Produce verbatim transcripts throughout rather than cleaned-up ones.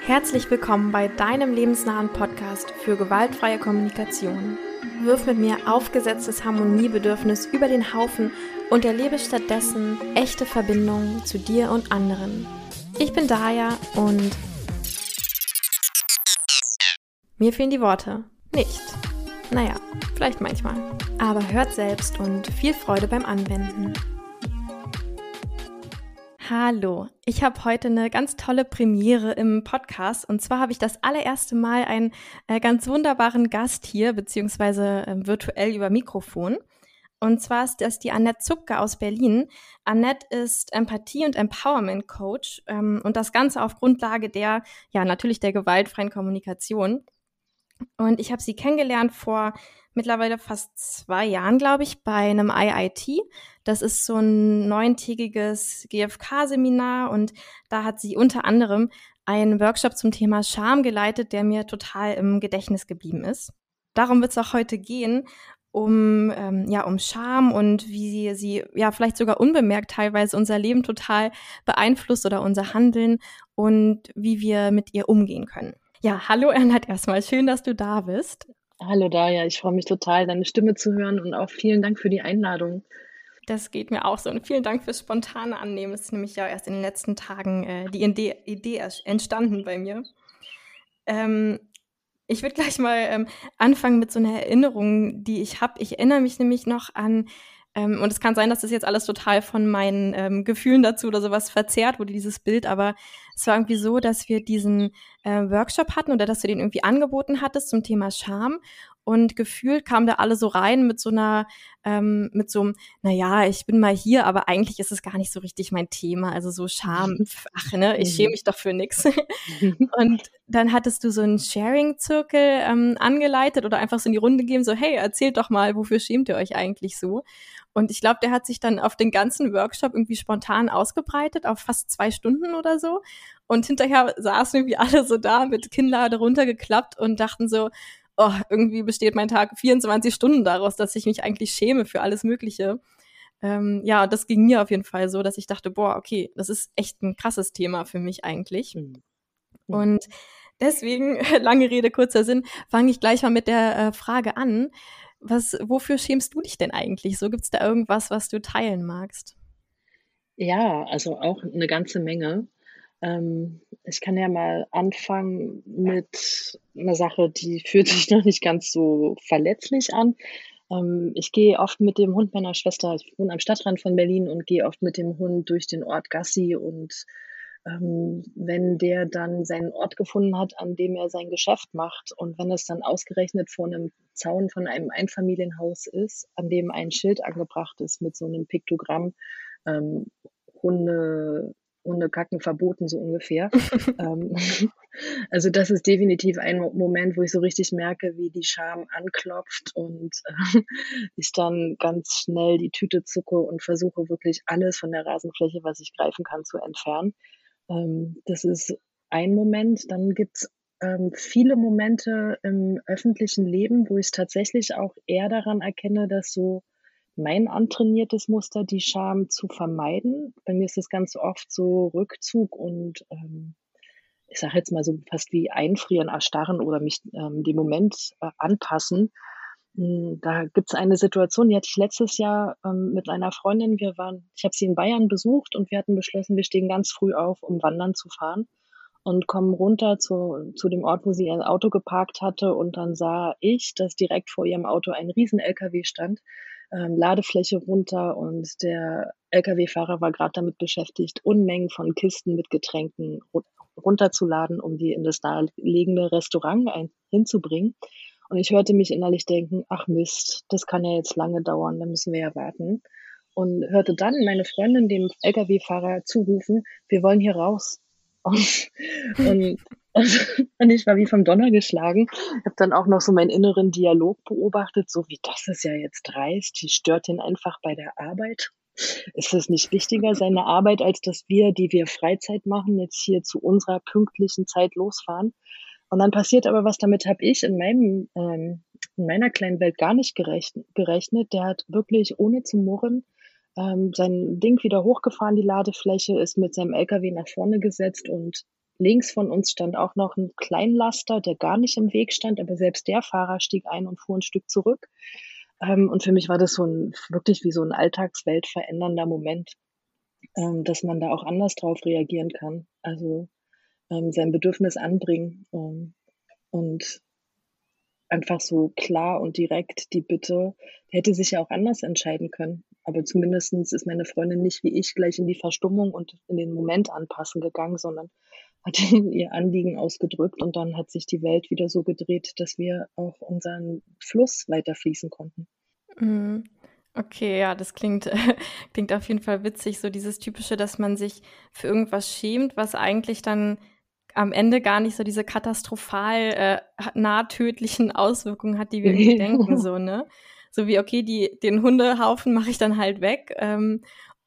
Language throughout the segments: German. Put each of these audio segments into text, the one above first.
Herzlich willkommen bei deinem lebensnahen Podcast für gewaltfreie Kommunikation. Wirf mit mir aufgesetztes Harmoniebedürfnis über den Haufen und erlebe stattdessen echte Verbindungen zu dir und anderen. Ich bin Daya und mir fehlen die Worte. Nicht. Naja, vielleicht manchmal. Aber hört selbst und viel Freude beim Anwenden. Hallo, ich habe heute eine ganz tolle Premiere im Podcast und zwar habe ich das allererste Mal einen äh, ganz wunderbaren Gast hier, beziehungsweise äh, virtuell über Mikrofon. Und zwar ist das die Annette Zupke aus Berlin. Annette ist Empathie- und Empowerment-Coach ähm, und das Ganze auf Grundlage der, ja natürlich der gewaltfreien Kommunikation. Und ich habe sie kennengelernt vor mittlerweile fast zwei Jahren, glaube ich, bei einem I I T. Das ist so ein neuntägiges G F K-Seminar und da hat sie unter anderem einen Workshop zum Thema Scham geleitet, der mir total im Gedächtnis geblieben ist. Darum wird es auch heute gehen, um ähm, ja um Scham und wie sie, sie ja vielleicht sogar unbemerkt teilweise unser Leben total beeinflusst oder unser Handeln und wie wir mit ihr umgehen können. Ja, hallo Annette erstmal, schön, dass du da bist. Hallo Daya, ich freue mich total, deine Stimme zu hören und auch vielen Dank für die Einladung. Das geht mir auch so und vielen Dank fürs spontane Annehmen. Es ist nämlich ja erst in den letzten Tagen äh, die Idee, Idee entstanden bei mir. Ähm, ich würde gleich mal ähm, anfangen mit so einer Erinnerung, die ich habe. Ich erinnere mich nämlich noch an, ähm, und es kann sein, dass das jetzt alles total von meinen ähm, Gefühlen dazu oder sowas verzerrt wurde, dieses Bild, aber es war irgendwie so, dass wir diesen äh, Workshop hatten oder dass du den irgendwie angeboten hattest zum Thema Scham. Und gefühlt kamen da alle so rein mit so einer, ähm, mit so einem, naja, ich bin mal hier, aber eigentlich ist es gar nicht so richtig mein Thema. Also so Scham, ach ne, ich schäme mich doch für nix. Und dann hattest du so einen Sharing-Zirkel ähm, angeleitet oder einfach so in die Runde gegeben, so hey, erzählt doch mal, wofür schämt ihr euch eigentlich so? Und ich glaube, der hat sich dann auf den ganzen Workshop irgendwie spontan ausgebreitet, auf fast zwei Stunden oder so. Und hinterher saßen irgendwie alle so da mit Kinnlade runtergeklappt und dachten so, oh, irgendwie besteht mein Tag vierundzwanzig Stunden daraus, dass ich mich eigentlich schäme für alles Mögliche. Ähm, ja, das ging mir auf jeden Fall so, dass ich dachte, boah, okay, das ist echt ein krasses Thema für mich eigentlich. Mhm. Und deswegen, lange Rede, kurzer Sinn, fange ich gleich mal mit der äh, Frage an. Was, wofür schämst du dich denn eigentlich? So, gibt's da irgendwas, was du teilen magst? Ja, also auch eine ganze Menge. Ähm, ich kann ja mal anfangen mit einer Sache, die fühlt sich noch nicht ganz so verletzlich an. Ähm, ich gehe oft mit dem Hund meiner Schwester, ich wohne am Stadtrand von Berlin und gehe oft mit dem Hund durch den Ort Gassi und ähm, wenn der dann seinen Ort gefunden hat, an dem er sein Geschäft macht und wenn es dann ausgerechnet vor einem Zaun von einem Einfamilienhaus ist, an dem ein Schild angebracht ist mit so einem Piktogramm, ähm, Hunde Hunde kacken verboten, so ungefähr. Ähm, also das ist definitiv ein Mo Moment, wo ich so richtig merke, wie die Scham anklopft und äh, ich dann ganz schnell die Tüte zucke und versuche wirklich alles von der Rasenfläche, was ich greifen kann, zu entfernen. Ähm, das ist ein Moment. Dann gibt's ähm, viele Momente im öffentlichen Leben, wo ich tatsächlich auch eher daran erkenne, dass so mein antrainiertes Muster, die Scham zu vermeiden. Bei mir ist es ganz oft so Rückzug und, ähm, ich sage jetzt mal so fast wie einfrieren, erstarren oder mich, ähm, dem Moment, äh, anpassen. Hm, da gibt's eine Situation, die hatte ich letztes Jahr, ähm, mit einer Freundin. Wir waren ich habe sie in Bayern besucht und wir hatten beschlossen, wir stehen ganz früh auf, um wandern zu fahren und kommen runter zu zu dem Ort, wo sie ihr Auto geparkt hatte und dann sah ich, dass direkt vor ihrem Auto ein Riesen-L K W stand, ähm, Ladefläche runter und der L K W-Fahrer war grad damit beschäftigt, Unmengen von Kisten mit Getränken ru runterzuladen, um die in das nahelegene Restaurant ein hinzubringen. Und ich hörte mich innerlich denken: „Ach Mist, das kann ja jetzt lange dauern, da müssen wir ja warten.“ Und hörte dann meine Freundin dem L K W-Fahrer zurufen: „Wir wollen hier raus.“ Und und und ich war wie vom Donner geschlagen. Habe dann auch noch so meinen inneren Dialog beobachtet, so wie: „Das ist ja jetzt dreist, die stört den einfach bei der Arbeit. Ist es nicht wichtiger, seine Arbeit, als dass wir, die wir Freizeit machen, jetzt hier zu unserer pünktlichen Zeit losfahren?“ Und dann passiert aber was, damit habe ich in meinem ähm, in meiner kleinen Welt gar nicht gerechn gerechnet. Der hat wirklich ohne zu murren, ähm, sein Ding wieder hochgefahren, die Ladefläche, ist mit seinem L K W nach vorne gesetzt und links von uns stand auch noch 'n Kleinlaster, der gar nicht im Weg stand, aber selbst der Fahrer stieg ein und fuhr 'n Stück zurück. Ähm, und für mich war das so 'n wirklich wie so 'n alltagsweltverändernder Moment, ähm, dass man da auch anders drauf reagieren kann. Also, ähm, sein Bedürfnis anbringen, ähm, und einfach so klar und direkt die Bitte hätte sich ja auch anders entscheiden können. Aber zumindestens ist meine Freundin nicht wie ich gleich in die Verstummung und in den Moment anpassen gegangen, sondern hat ihr Anliegen ausgedrückt und dann hat sich die Welt wieder so gedreht, dass wir auch unseren Fluss weiter fließen konnten. Mhm. Okay, ja, das klingt klingt auf jeden Fall witzig, so dieses Typische, dass man sich für irgendwas schämt, was eigentlich dann am Ende gar nicht so diese katastrophal, äh, ha nah tödlichen Auswirkungen hat, die wir irgendwie denken so, ne? So wie, okay, die den Hundehaufen mache ich dann halt weg, ähm,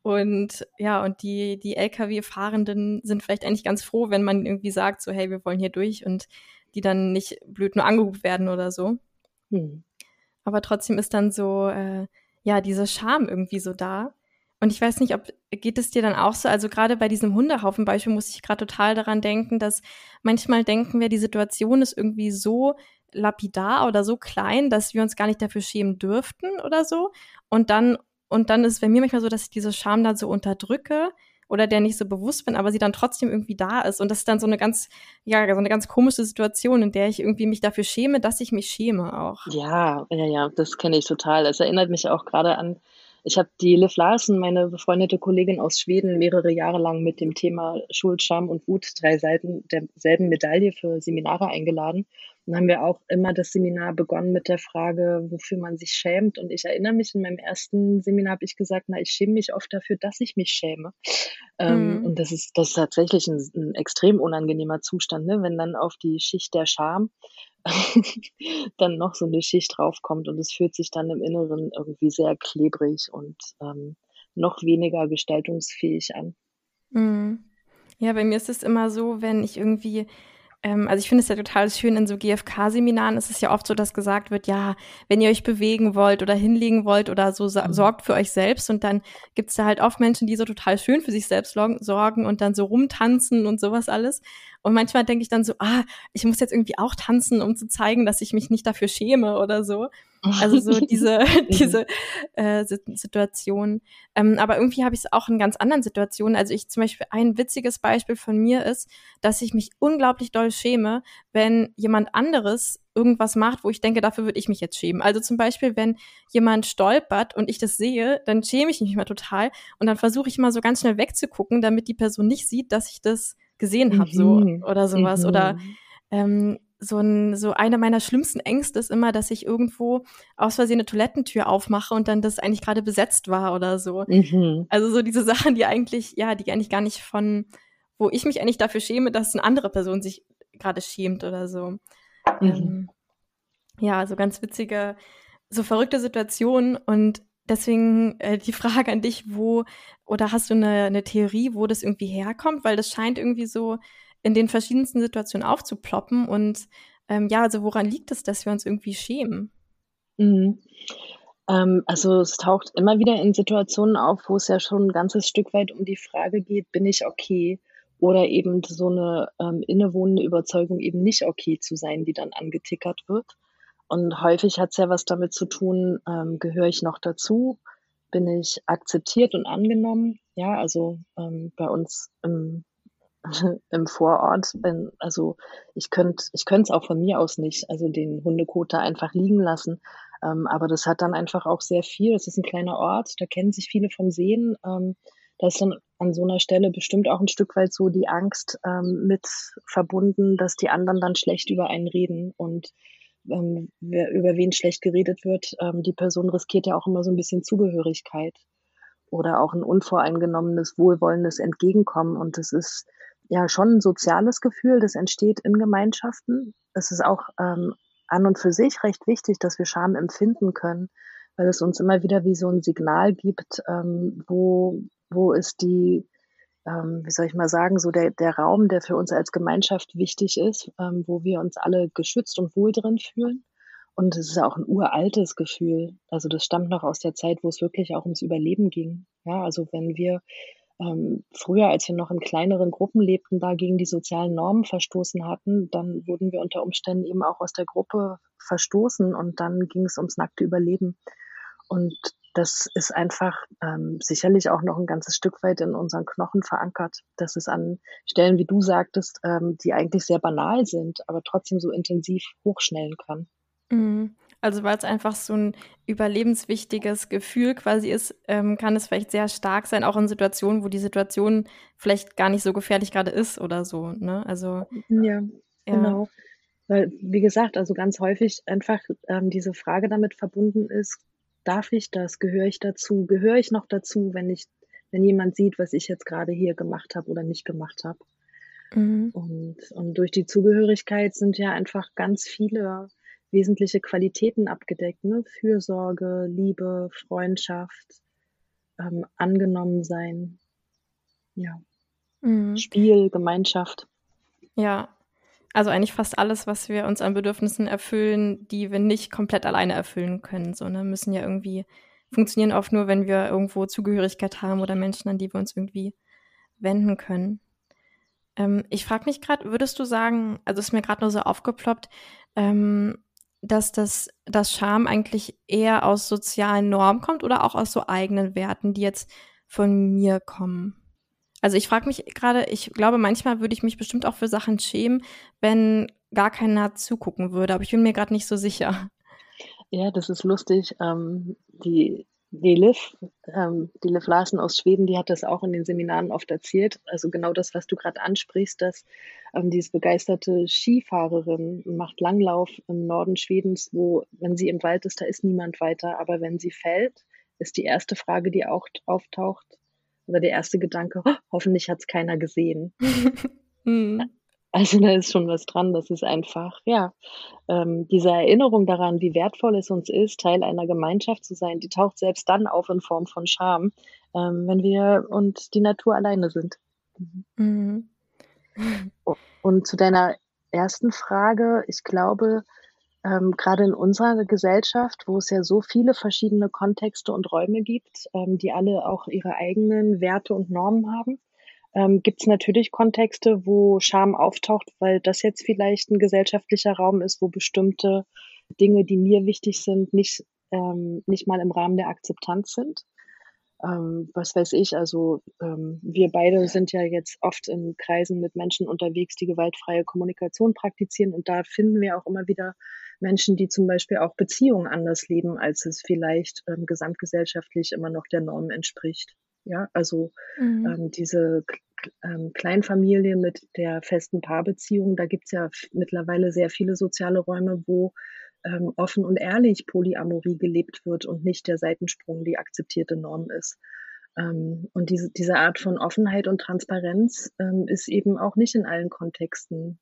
und ja, und die die L K W-Fahrenden sind vielleicht eigentlich ganz froh, wenn man irgendwie sagt so: „Hey, wir wollen hier durch“ und die dann nicht blöd nur angehupt werden oder so. Mhm. Aber trotzdem ist dann so, äh, ja, diese Scham irgendwie so da. Und ich weiß nicht, ob geht es dir dann auch so? Also, grade bei diesem Hundehaufen-Beispiel musste ich grad total daran denken, dass manchmal denken wir, die Situation ist irgendwie so lapidar oder so klein, dass wir uns gar nicht dafür schämen dürften oder so. Und dann und dann ist es bei mir manchmal so, dass ich diese Scham dann so unterdrücke oder der nicht so bewusst bin, aber sie dann trotzdem irgendwie da ist. Und das ist dann so 'ne ganz ja, so 'ne ganz komische Situation, in der ich irgendwie mich dafür schäme, dass ich mich schäme auch. Ja, ja, ja, das kenne ich total. Es erinnert mich auch grade an ich habe die Liv Larsen, meine befreundete Kollegin aus Schweden, mehrere Jahre lang mit dem Thema Schuld, Scham und Wut, drei Seiten derselben Medaille für Seminare eingeladen. Und dann haben wir auch immer das Seminar begonnen mit der Frage, wofür man sich schämt. Und ich erinnere mich, in meinem ersten Seminar habe ich gesagt: „Na, ich schäme mich oft dafür, dass ich mich schäme.“ Ähm, Mhm. und das ist das ist tatsächlich 'n 'n extrem unangenehmer Zustand, ne, wenn dann auf die Schicht der Scham dann noch so 'ne Schicht draufkommt und es fühlt sich dann im Inneren irgendwie sehr klebrig und, ähm, noch weniger gestaltungsfähig an. Mhm. Ja, bei mir ist es immer so, wenn ich irgendwie ähm, also, ich finde es ja total schön, in so G F K-Seminaren ist es ja oft so, dass gesagt wird: „Ja, wenn ihr euch bewegen wollt oder hinlegen wollt oder so, sa Mhm. sorgt für euch selbst.“ Und dann gibt's da halt oft Menschen, die so total schön für sich selbst loggen sorgen und dann so rumtanzen und so was alles. Und manchmal denke ich dann so: „Ah, ich muss jetzt irgendwie auch tanzen, um zu zeigen, dass ich mich nicht dafür schäme“ oder so. Also, so diese Mhm. diese, äh, Sit Situation. Ähm, aber irgendwie habe ich's auch in ganz anderen Situationen. Also, ich zum Beispiel ein witziges Beispiel von mir ist, dass ich mich unglaublich doll schäme, wenn jemand anderes irgendwas macht, wo ich denke, dafür würde ich mich jetzt schämen. Also, zum Beispiel, wenn jemand stolpert und ich das sehe, dann schäme ich mich immer total und dann versuche ich immer so ganz schnell wegzugucken, damit die Person nicht sieht, dass ich das gesehen habe so Mhm. oder so was. Oder, Mhm. ähm, so 'n so einer meiner schlimmsten Ängste ist immer, dass ich irgendwo aus Versehen 'ne Toilettentür aufmache und dann das eigentlich grade besetzt war oder so. Mhm. Also, so diese Sachen, die eigentlich ja, die eigentlich gar nicht von wo ich mich eigentlich dafür schäme, dass 'ne andere Person sich grade schämt oder so. Mhm. Ähm, ja, so ganz witzige so verrückte Situationen und deswegen, äh, die Frage an dich, wo oder hast du 'ne 'ne Theorie, wo das irgendwie herkommt? Weil das scheint irgendwie so in den verschiedensten Situationen aufzuploppen und, ähm, ja, also, woran liegt es, dass wir uns irgendwie schämen? Mhm. Ähm, also, es taucht immer wieder in Situationen auf, wo es ja schon 'n ganzes Stück weit um die Frage geht: „Bin ich okay?“ Oder eben so 'ne, ähm, innewohnende Überzeugung, eben nicht okay zu sein, die dann angetickert wird. Und häufig hat's ja was damit zu tun, ähm, gehöre ich noch dazu? Bin ich akzeptiert und angenommen? Ja, also, ähm, bei uns im im Vorort, wenn also, ich könnte ich könnte es auch von mir aus nicht, also, den Hundekot da einfach liegen lassen. Ähm, aber das hat dann einfach auch sehr viel es ist 'n kleiner Ort, da kennen sich viele vom Sehen. Ähm, da ist dann an so 'ner Stelle bestimmt auch 'n Stück weit so die Angst, ähm, mit verbunden, dass die anderen dann schlecht über einen reden. Und, ähm, wer über wen schlecht geredet wird, ähm, die Person riskiert ja auch immer so 'n bisschen Zugehörigkeit oder auch 'n unvoreingenommenes, wohlwollendes Entgegenkommen. Und das ist ja schon 'n soziales Gefühl, das entsteht in Gemeinschaften. Es ist auch, ähm, an und für sich recht wichtig, dass wir Scham empfinden können, weil es uns immer wieder wie so 'n Signal gibt, ähm, wo wo ist die ähm, wie soll ich mal sagen, so der der Raum, der für uns als Gemeinschaft wichtig ist, ähm, wo wir uns alle geschützt und wohl drin fühlen. Und es ist ja auch 'n uraltes Gefühl. Also, das stammt noch aus der Zeit, wo es wirklich auch ums Überleben ging. Ja, also, wenn wir ähm, früher, als wir noch in kleineren Gruppen lebten, da gegen die sozialen Normen verstoßen hatten, dann wurden wir unter Umständen eben auch aus der Gruppe verstoßen und dann ging es ums nackte Überleben. Und das ist einfach ähm, sicherlich auch noch ein ganzes Stück weit in unseren Knochen verankert, dass es an Stellen, wie du sagtest, ähm, die eigentlich sehr banal sind, aber trotzdem so intensiv hochschnellen kann. Mhm. Also weil es einfach so ein überlebenswichtiges Gefühl quasi ist, ähm, kann es vielleicht sehr stark sein, auch in Situationen, wo die Situation vielleicht gar nicht so gefährlich gerade ist oder so, ne? Also, Ja, ja. genau. Weil, wie gesagt, also ganz häufig einfach, ähm, diese Frage damit verbunden ist: „Darf ich das? Gehöre ich dazu? Gehöre ich noch dazu, wenn ich wenn jemand sieht, was ich jetzt gerade hier gemacht habe oder nicht gemacht habe?“ Mhm. Und und durch die Zugehörigkeit sind ja einfach ganz viele wesentliche Qualitäten abgedeckt, ne? Fürsorge, Liebe, Freundschaft, ähm, angenommen sein, ja, Mhm. Spiel, Gemeinschaft. Ja. Also eigentlich fast alles, was wir uns an Bedürfnissen erfüllen, die wir nicht komplett alleine erfüllen können, so, ne? Müssen ja irgendwie funktionieren oft nur, wenn wir irgendwo Zugehörigkeit haben oder Menschen, an die wir uns irgendwie wenden können. Ähm, ich frage mich gerade, würdest du sagen, also ist mir gerade nur so aufgeploppt, ähm, dass das dass Scham eigentlich eher aus sozialen Normen kommt oder auch aus so eigenen Werten, die jetzt von mir kommen? Also ich frage mich gerade, ich glaube, manchmal würde ich mich bestimmt auch für Sachen schämen, wenn gar keiner zugucken würde, aber ich bin mir gerade nicht so sicher. Ja, das ist lustig. Ähm, die die Liv ähm, die Liv Larsen aus Schweden, die hat das auch in den Seminaren oft erzählt. Also genau das, was du gerade ansprichst, dass, ähm, diese begeisterte Skifahrerin macht Langlauf im Norden Schwedens, wo, wenn sie im Wald ist, da ist niemand weiter, aber wenn sie fällt, ist die erste Frage, die auch auftaucht oder der erste Gedanke: „Oh, hoffentlich hat's keiner gesehen.“ Mhm. Also, da ist schon was dran. Das ist einfach, ja, ähm, diese Erinnerung daran, wie wertvoll es uns ist, Teil einer Gemeinschaft zu sein, die taucht selbst dann auf in Form von Scham, ähm, wenn wir und die Natur alleine sind. Mhm. Mhm. U und zu deiner ersten Frage, ich glaube, ähm, grade in unserer Gesellschaft, wo es ja so viele verschiedene Kontexte und Räume gibt, ähm, die alle auch ihre eigenen Werte und Normen haben, ähm, gibt's natürlich Kontexte, wo Scham auftaucht, weil das jetzt vielleicht 'n gesellschaftlicher Raum ist, wo bestimmte Dinge, die mir wichtig sind, nicht ähm, nicht mal im Rahmen der Akzeptanz sind. Ähm, was weiß ich, also, ähm, wir beide sind ja jetzt oft in Kreisen mit Menschen unterwegs, die gewaltfreie Kommunikation praktizieren und da finden wir auch immer wieder Menschen, die zum Beispiel auch Beziehungen anders leben, als es vielleicht, ähm, gesamtgesellschaftlich immer noch der Norm entspricht. Ja, also, Mhm. ähm, diese k k ähm, Kleinfamilie mit der festen Paarbeziehung, da gibt's ja v mittlerweile sehr viele soziale Räume, wo, ähm, offen und ehrlich Polyamorie gelebt wird und nicht der Seitensprung die akzeptierte Norm ist. Ähm, und diese diese Art von Offenheit und Transparenz, ähm, ist eben auch nicht in allen Kontexten,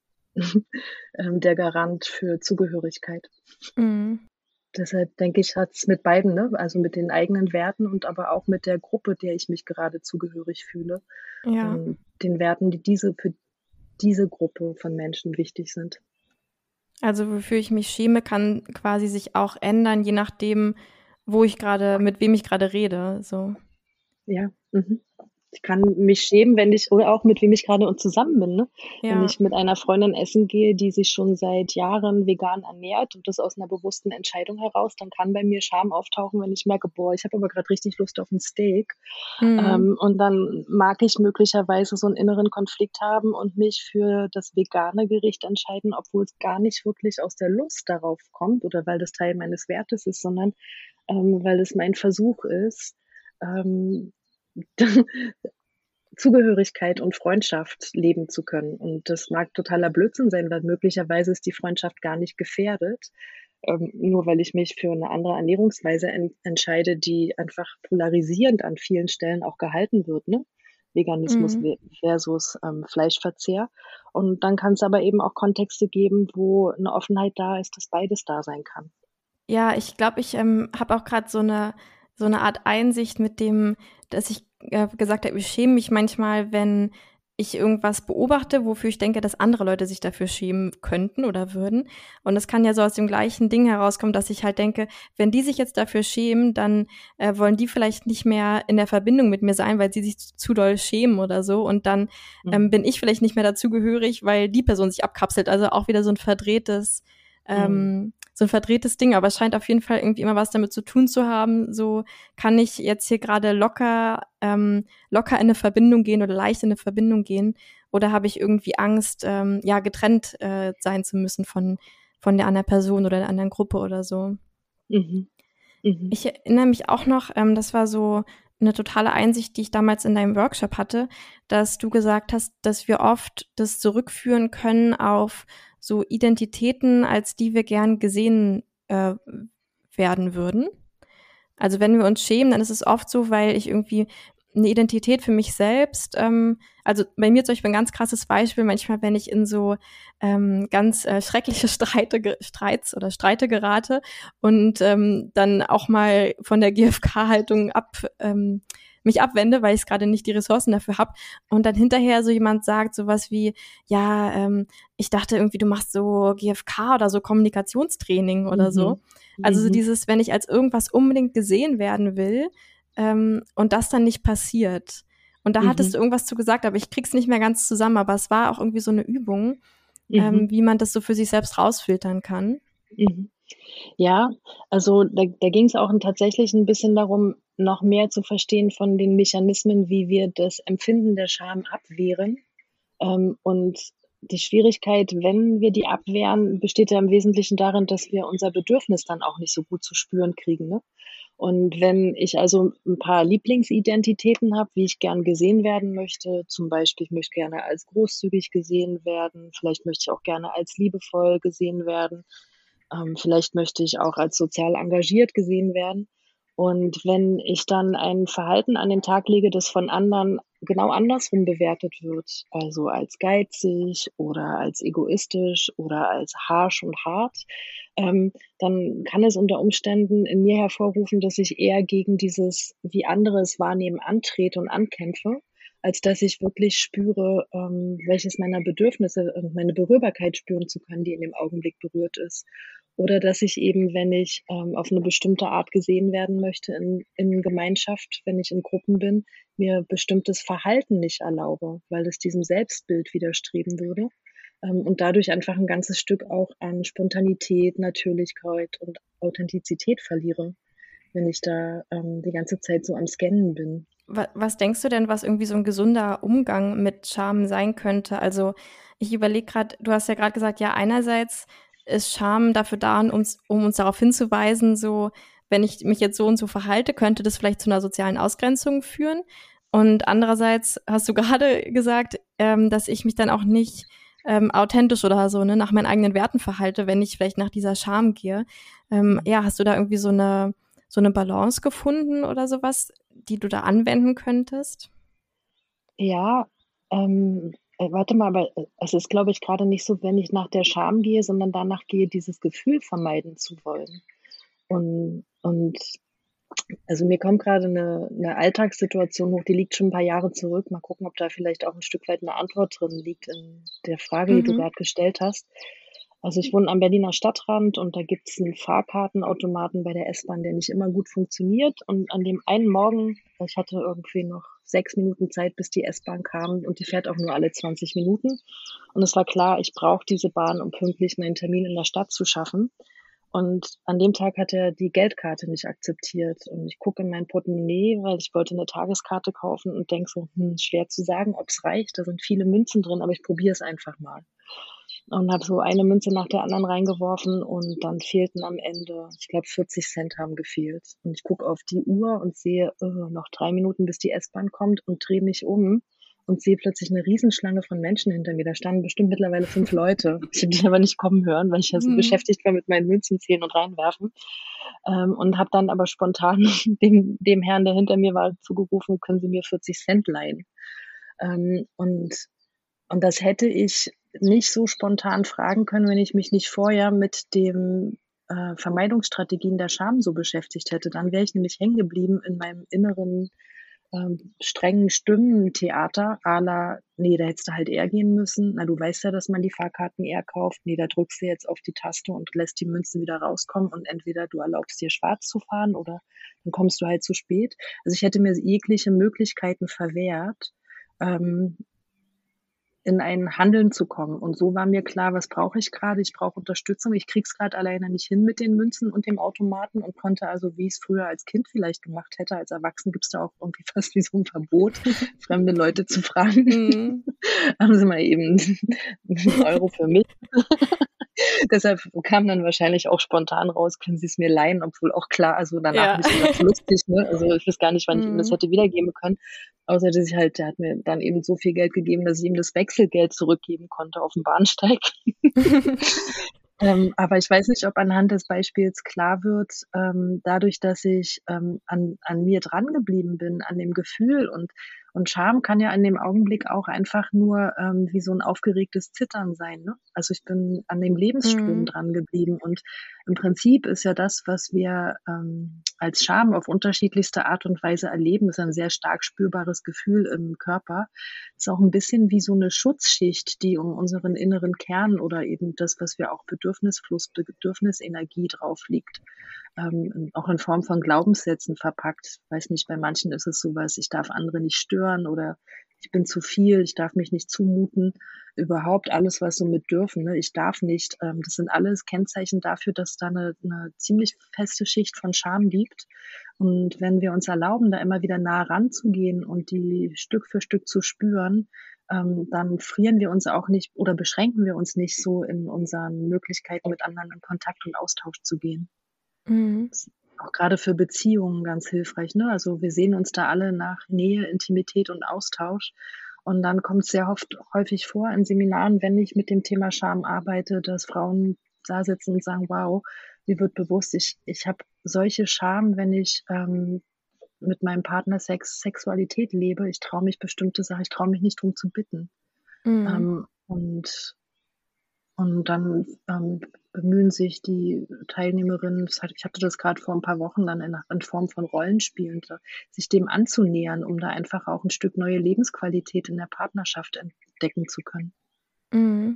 ähm, der Garant für Zugehörigkeit. Mhm. Deshalb denke ich, hat's mit beiden, ne, also mit den eigenen Werten und aber auch mit der Gruppe, der ich mich gerade zugehörig fühle, Ja. ähm, den Werten, die diese für diese Gruppe von Menschen wichtig sind. Also wofür ich mich schäme, kann quasi sich auch ändern, je nachdem, wo ich gerade, mit wem ich gerade rede, so. Ja, mhm. Ich kann mich schämen, wenn ich oder auch mit wem ich grade und zusammen bin, ne? Wenn Ja. ich mit einer Freundin essen gehe, die sich schon seit Jahren vegan ernährt und das aus 'ner bewussten Entscheidung heraus, dann kann bei mir Scham auftauchen, wenn ich merke: „Boah, ich habe aber grad richtig Lust auf 'n Steak.“ Mhm. Ähm, und dann mag ich möglicherweise so 'n inneren Konflikt haben und mich für das vegane Gericht entscheiden, obwohl's gar nicht wirklich aus der Lust darauf kommt oder weil das Teil meines Wertes ist, sondern, ähm, weil es mein Versuch ist, ähm, Zugehörigkeit und Freundschaft leben zu können. Und das mag totaler Blödsinn sein, weil möglicherweise ist die Freundschaft gar nicht gefährdet, ähm, nur weil ich mich für 'ne andere Ernährungsweise en entscheide, die einfach polarisierend an vielen Stellen auch gehalten wird, ne? Veganismus Mhm. ve versus, ähm, Fleischverzehr. Und dann kann's aber eben auch Kontexte geben, wo 'ne Offenheit da ist, dass beides da sein kann. Ja, ich glaube, ich, ähm, habe auch grad so 'ne so 'ne Art Einsicht mit dem, dass ich, äh, gesagt habe, ich schäme mich manchmal, wenn ich irgendwas beobachte, wofür ich denke, dass andere Leute sich dafür schämen könnten oder würden. Und es kann ja so aus dem gleichen Ding herauskommen, dass ich halt denke, wenn die sich jetzt dafür schämen, dann äh, wollen die vielleicht nicht mehr in der Verbindung mit mir sein, weil sie sich zu, zu doll schämen oder so. Und dann ähm, bin ich vielleicht nicht mehr dazugehörig, weil die Person sich abkapselt. Also auch wieder so ein verdrehtes ähm, so ein verdrehtes Ding, aber es scheint auf jeden Fall irgendwie immer was damit zu tun zu haben. So kann ich jetzt hier gerade locker, ähm, locker in eine Verbindung gehen oder leicht in eine Verbindung gehen, oder habe ich irgendwie Angst, ähm, ja, getrennt äh, sein zu müssen von, von der anderen Person oder der anderen Gruppe oder so. Mhm. Mhm. Ich erinnere mich auch noch, ähm, das war so eine totale Einsicht, die ich damals in deinem Workshop hatte, dass du gesagt hast, dass wir oft das zurückführen können auf so Identitäten, als die wir gern gesehen äh, werden würden. Also wenn wir uns schämen, dann ist es oft so, weil ich irgendwie eine Identität für mich selbst, ähm, also bei mir zum Beispiel ein ganz krasses Beispiel, manchmal, wenn ich in so ähm, ganz äh, schreckliche Streite, Streits oder Streite gerate und ähm, dann auch mal von der G F K-Haltung ab ähm, mich abwende, weil ich gerade nicht die Ressourcen dafür habe, und dann hinterher so jemand sagt sowas wie, ja, ähm, ich dachte irgendwie, du machst so G F K oder so Kommunikationstraining oder Mhm. so. Also so Mhm. dieses, wenn ich als irgendwas unbedingt gesehen werden will, ähm, und das dann nicht passiert. Und da hattest Mhm. du irgendwas zu gesagt, aber ich krieg's nicht mehr ganz zusammen, aber es war auch irgendwie so eine Übung, Mhm. ähm, wie man das so für sich selbst rausfiltern kann. Mhm. Ja, also da da ging's auch 'n tatsächlich 'n bisschen darum, noch mehr zu verstehen von den Mechanismen, wie wir das Empfinden der Scham abwehren. Ähm, und die Schwierigkeit, wenn wir die abwehren, besteht ja im Wesentlichen darin, dass wir unser Bedürfnis dann auch nicht so gut zu spüren kriegen, ne? Und wenn ich also 'n paar Lieblingsidentitäten habe, wie ich gern gesehen werden möchte, zum Beispiel, ich möchte gerne als großzügig gesehen werden, vielleicht möchte ich auch gerne als liebevoll gesehen werden, ähm, vielleicht möchte ich auch als sozial engagiert gesehen werden. Und wenn ich dann ein Verhalten an den Tag lege, das von anderen genau andersrum bewertet wird, also als geizig oder als egoistisch oder als harsch und hart, ähm, dann kann es unter Umständen in mir hervorrufen, dass ich eher gegen dieses, wie andere es wahrnehmen, antrete und ankämpfe, als dass ich wirklich spüre, ähm, welches meiner Bedürfnisse und meine Berührbarkeit spüren zu können, die in dem Augenblick berührt ist. Oder dass ich eben, wenn ich ähm, auf eine bestimmte Art gesehen werden möchte in in Gemeinschaft, wenn ich in Gruppen bin, mir bestimmtes Verhalten nicht erlaube, weil es diesem Selbstbild widerstreben würde, ähm, und dadurch einfach ein ganzes Stück auch an Spontanität, Natürlichkeit und Authentizität verliere, wenn ich da, ähm, die ganze Zeit so am Scannen bin. Wa was denkst du denn, was irgendwie so ein gesunder Umgang mit Scham sein könnte? Also, ich überlege gerade, du hast ja gerade gesagt, ja, einerseits ist Scham dafür da, um uns um uns darauf hinzuweisen, so, wenn ich mich jetzt so und so verhalte, könnte das vielleicht zu einer sozialen Ausgrenzung führen. Und andererseits hast du gerade gesagt, ähm, dass ich mich dann auch nicht ähm, authentisch oder so, ne, nach meinen eigenen Werten verhalte, wenn ich vielleicht nach dieser Scham gehe. Ähm, ja, hast du da irgendwie so eine so eine Balance gefunden oder sowas, die du da anwenden könntest? Ja, ähm, äh, warte mal, aber, äh, es ist, glaube ich, gerade nicht so, wenn ich nach der Scham gehe, sondern danach gehe, dieses Gefühl vermeiden zu wollen. Und und also, mir kommt gerade eine 'ne Alltagssituation hoch, die liegt schon ein paar Jahre zurück. Mal gucken, ob da vielleicht auch ein Stück weit eine Antwort drin liegt in der Frage, die du Mhm. gerade gestellt hast. Also, ich wohne am Berliner Stadtrand und da gibt's 'n Fahrkartenautomaten bei der S-Bahn, der nicht immer gut funktioniert. Und an dem einen Morgen, ich hatte irgendwie noch sechs Minuten Zeit, bis die S-Bahn kam, und die fährt auch nur alle zwanzig Minuten. Und es war klar, ich brauche diese Bahn, um pünktlich meinen Termin in der Stadt zu schaffen. Und an dem Tag hat er die Geldkarte nicht akzeptiert. Und ich gucke in mein Portemonnaie, weil ich wollte 'ne Tageskarte kaufen, und denke so: „Hm, schwer zu sagen, ob's reicht. Da sind viele Münzen drin, aber ich probiere es einfach mal." Und habe so eine Münze nach der anderen reingeworfen, und dann fehlten am Ende, ich glaube, vierzig Cent haben gefehlt. Und ich gucke auf die Uhr und sehe, äh, noch drei Minuten, bis die S-Bahn kommt, und drehe mich um und sehe plötzlich 'ne Riesenschlange von Menschen hinter mir. Da standen bestimmt mittlerweile fünf Leute. Ich habe die aber nicht kommen hören, weil ich ja so Mhm. beschäftigt war mit meinen Münzen zählen und reinwerfen. Ähm, und habe dann aber spontan dem dem Herrn, der hinter mir war, zugerufen: „Können Sie mir vierzig Cent leihen?" Ähm, und und das hätte ich nicht so spontan fragen können, wenn ich mich nicht vorher mit dem äh, Vermeidungsstrategien der Scham so beschäftigt hätte. Dann wäre ich nämlich hängen geblieben in meinem inneren ähm, strengen Stimmentheater à la: „Ne, da hättest du halt eher gehen müssen. Na, du weißt ja, dass man die Fahrkarten eher kauft. Ne, da drückst du jetzt auf die Taste und lässt die Münzen wieder rauskommen und entweder du erlaubst dir schwarz zu fahren oder dann kommst du halt zu spät.“ Also, ich hätte mir jegliche Möglichkeiten verwehrt, ähm, in ein Handeln zu kommen. Und so war mir klar, was brauche ich grade? Ich brauche Unterstützung. Ich kriege es grad alleine nicht hin mit den Münzen und dem Automaten und konnte also, wie ich's früher als Kind vielleicht gemacht hätte, als Erwachsene gibt's da auch irgendwie fast wie so 'n Verbot, fremde Leute zu fragen: Mhm. „Haben Sie mal eben 'n Euro für mich?“ Deshalb kam dann wahrscheinlich auch spontan raus: „Können Sie's mir leihen?“ Obwohl auch klar, also, danach Ja. nicht so ganz lustig, ne? Also, ich weiß gar nicht, wann ich ihm das Mhm. hätte wiedergeben können, außer dass ich halt der hat mir dann eben so viel Geld gegeben, dass ich ihm das Wechselgeld zurückgeben konnte aufm Bahnsteig. Ähm, aber ich weiß nicht, ob anhand des Beispiels klar wird, ähm, dadurch, dass ich, ähm, an an mir drangeblieben bin, an dem Gefühl und und Scham kann ja in dem Augenblick auch einfach nur, ähm, wie so 'n aufgeregtes Zittern sein, ne? Also, ich bin an dem Lebensstrom Mhm. drangeblieben und im Prinzip ist ja das, was wir, ähm, als Scham auf unterschiedlichste Art und Weise erleben, ist ein sehr stark spürbares Gefühl im Körper. Ist auch 'n bisschen wie so 'ne Schutzschicht, die um unseren inneren Kern oder eben das, was wir auch Bedürfnisfluss, Bedürfnisenergie drauf liegt, ähm, auch in Form von Glaubenssätzen verpackt. Weiß nicht, bei manchen ist es so was: „Ich darf andere nicht stören“ oder „Ich bin zu viel, ich darf mich nicht zumuten.“ Überhaupt alles, was so mit dürfen, ne? „Ich darf nicht“, ähm, das sind alles Kennzeichen dafür, dass da 'ne 'ne ziemlich feste Schicht von Scham liegt. Und wenn wir uns erlauben, da immer wieder nah ranzugehen und die Stück für Stück zu spüren, ähm, dann frieren wir uns auch nicht oder beschränken wir uns nicht so in unseren Möglichkeiten, mit anderen in Kontakt und Austausch zu gehen. Mhm. Auch grade für Beziehungen ganz hilfreich, ne? Also, wir sehnen uns da alle nach Nähe, Intimität und Austausch. Und dann kommt's sehr oft häufig vor in Seminaren, wenn ich mit dem Thema Scham arbeite, dass Frauen da sitzen und sagen: „Wow, mir wird bewusst, ich ich habe solche Scham, wenn ich, ähm, mit meinem Partner Sex Sexualität lebe. Ich traue mich bestimmte Sachen ich traue mich nicht drum zu bitten.“ Mhm. Ähm, und und dann, ähm, bemühen sich die Teilnehmerinnen das hatte ich hatte das grad vor 'n paar Wochen dann in in Form von Rollenspielen, da sich dem anzunähern, um da einfach auch 'n Stück neue Lebensqualität in der Partnerschaft entdecken zu können. Mhm.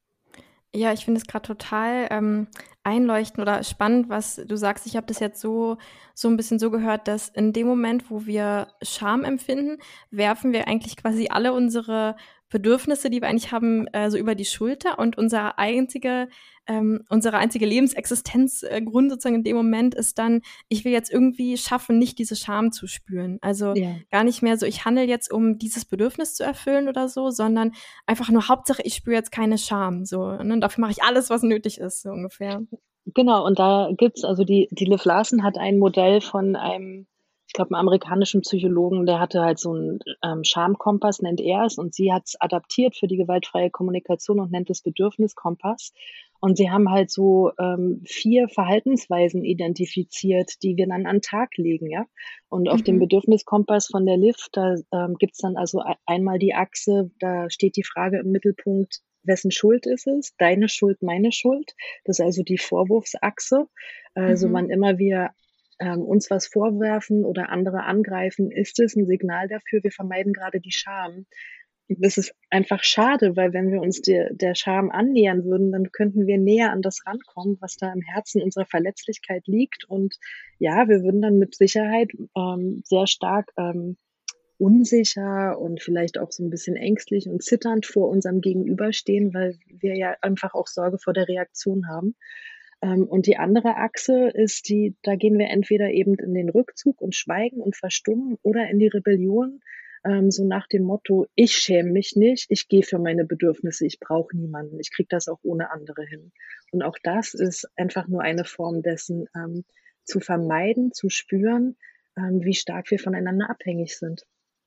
Ja, ich finde es grad total, ähm, einleuchtend oder spannend, was du sagst. Ich habe das jetzt so so 'n bisschen so gehört, dass in dem Moment, wo wir Scham empfinden, werfen wir eigentlich quasi alle unsere Bedürfnisse, die wir eigentlich haben, äh, so über die Schulter und unser einzige ähm, unsere einzige Lebensexistenz äh, Grund sozusagen in dem Moment ist dann: „Ich will jetzt irgendwie schaffen, nicht diese Scham zu spüren.“ Also, Ja. gar nicht mehr so: „Ich handle jetzt, um dieses Bedürfnis zu erfüllen“ oder so, sondern einfach nur: „Hauptsache, ich spüre jetzt keine Scham“, so, ne? Dafür mache ich alles, was nötig ist, so ungefähr. Genau, und da gibt's also die die Liv Larson hat ein Modell von einem, ich glaube, 'n amerikanischen Psychologen, der hatte halt so 'n, ähm, Schamkompass, nennt er's, und sie hat's adaptiert für die gewaltfreie Kommunikation und nennt es Bedürfniskompass. Und sie haben halt so, ähm, vier Verhaltensweisen identifiziert, die wir dann an 'n Tag legen, ja? Und auf dem Mhm. Bedürfniskompass von der Liv, da, ähm, gibt's dann also ei einmal die Achse, da steht die Frage im Mittelpunkt: „Wessen Schuld ist es? Deine Schuld, meine Schuld?“ Das ist also die Vorwurfsachse. Also, Mhm. wann immer wir, ähm, uns was vorwerfen oder andere angreifen, ist es 'n Signal dafür, wir vermeiden grade die Scham. Das ist einfach schade, weil wenn wir uns der der Scham annähern würden, dann könnten wir näher an das rankommen, was da im Herzen unserer Verletzlichkeit liegt. Und ja, wir würden dann mit Sicherheit, ähm, sehr stark, ähm, unsicher und vielleicht auch so 'n bisschen ängstlich und zitternd vor unserem Gegenüber stehen, weil wir ja einfach auch Sorge vor der Reaktion haben. Ähm, und die andere Achse ist die da gehen wir entweder eben in den Rückzug und schweigen und verstummen oder in die Rebellion, ähm, so nach dem Motto: „Ich schäme mich nicht, ich gehe für meine Bedürfnisse, ich brauche niemanden, ich kriege das auch ohne andere hin.“ Und auch das ist einfach nur eine Form dessen, ähm, zu vermeiden, zu spüren, ähm, wie stark wir voneinander abhängig sind.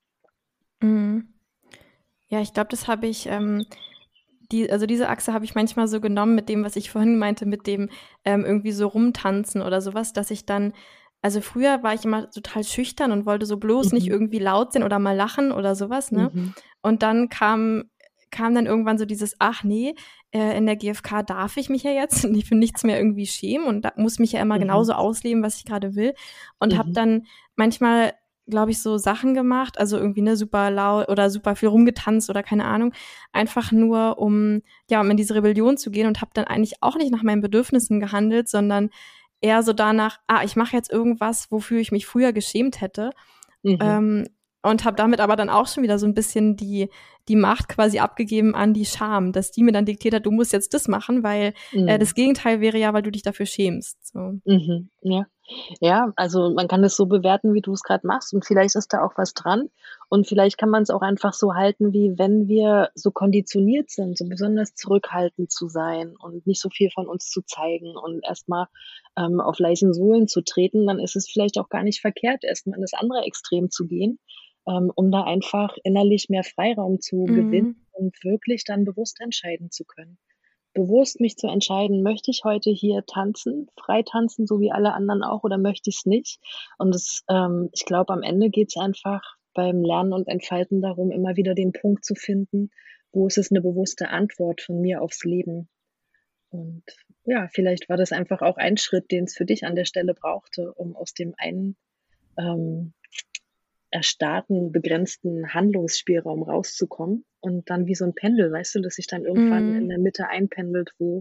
Mhm. Ja, ich glaube, das habe ich, ähm die also, diese Achse habe ich manchmal so genommen mit dem, was ich vorhin meinte, mit dem, ähm, irgendwie so rumtanzen oder so was, dass ich dann also, früher war ich immer total schüchtern und wollte so bloß nicht Mhm. irgendwie laut sein oder mal lachen oder so was, ne? Mhm. Und dann kam kam dann irgendwann so dieses: „Ach ne, äh, in der GfK darf ich mich ja jetzt nicht für nichts mehr irgendwie schämen und da muss mich ja immer Mhm. genauso ausleben, was ich grade will.“ Und habe Mhm. dann manchmal glaube ich, so Sachen gemacht, also irgendwie ne super laut oder super viel rumgetanzt oder keine Ahnung, einfach nur um ja um in diese Rebellion zu gehen und habe dann eigentlich auch nicht nach meinen Bedürfnissen gehandelt, sondern eher so danach, ah, ich mache jetzt irgendwas, wofür ich mich früher geschämt hätte. Mhm. Ähm, und habe damit aber dann auch schon wieder so ein bisschen die die Macht quasi abgegeben an die Scham, dass die mir dann diktiert hat, du musst jetzt das machen, weil äh, das Mhm. Gegenteil wäre ja, weil du dich dafür schämst. So. Mhm. Ja. Ja, also man kann es so bewerten, wie du es gerade machst und vielleicht ist da auch was dran und vielleicht kann man es auch einfach so halten, wie wenn wir so konditioniert sind, so besonders zurückhaltend zu sein und nicht so viel von uns zu zeigen und erstmal ähm, auf leisen Sohlen zu treten, dann ist es vielleicht auch gar nicht verkehrt, erstmal in das andere Extrem zu gehen, ähm, um da einfach innerlich mehr Freiraum zu gewinnen Mhm. und wirklich dann bewusst entscheiden zu können. Bewusst mich zu entscheiden: „Möchte ich heute hier tanzen, frei tanzen, so wie alle anderen auch, oder möchte ich's nicht?“ Und es ähm, ich glaube, am Ende geht's einfach beim Lernen und Entfalten darum, immer wieder den Punkt zu finden, wo ist es 'ne bewusste Antwort von mir aufs Leben? Und ja, vielleicht war das einfach auch ein Schritt, den's für dich an der Stelle brauchte, um aus dem einen, ähm, erstarrten, begrenzten Handlungsspielraum rauszukommen und dann wie so 'n Pendel, weißt du, das sich dann irgendwann in Mhm. der Mitte einpendelt, wo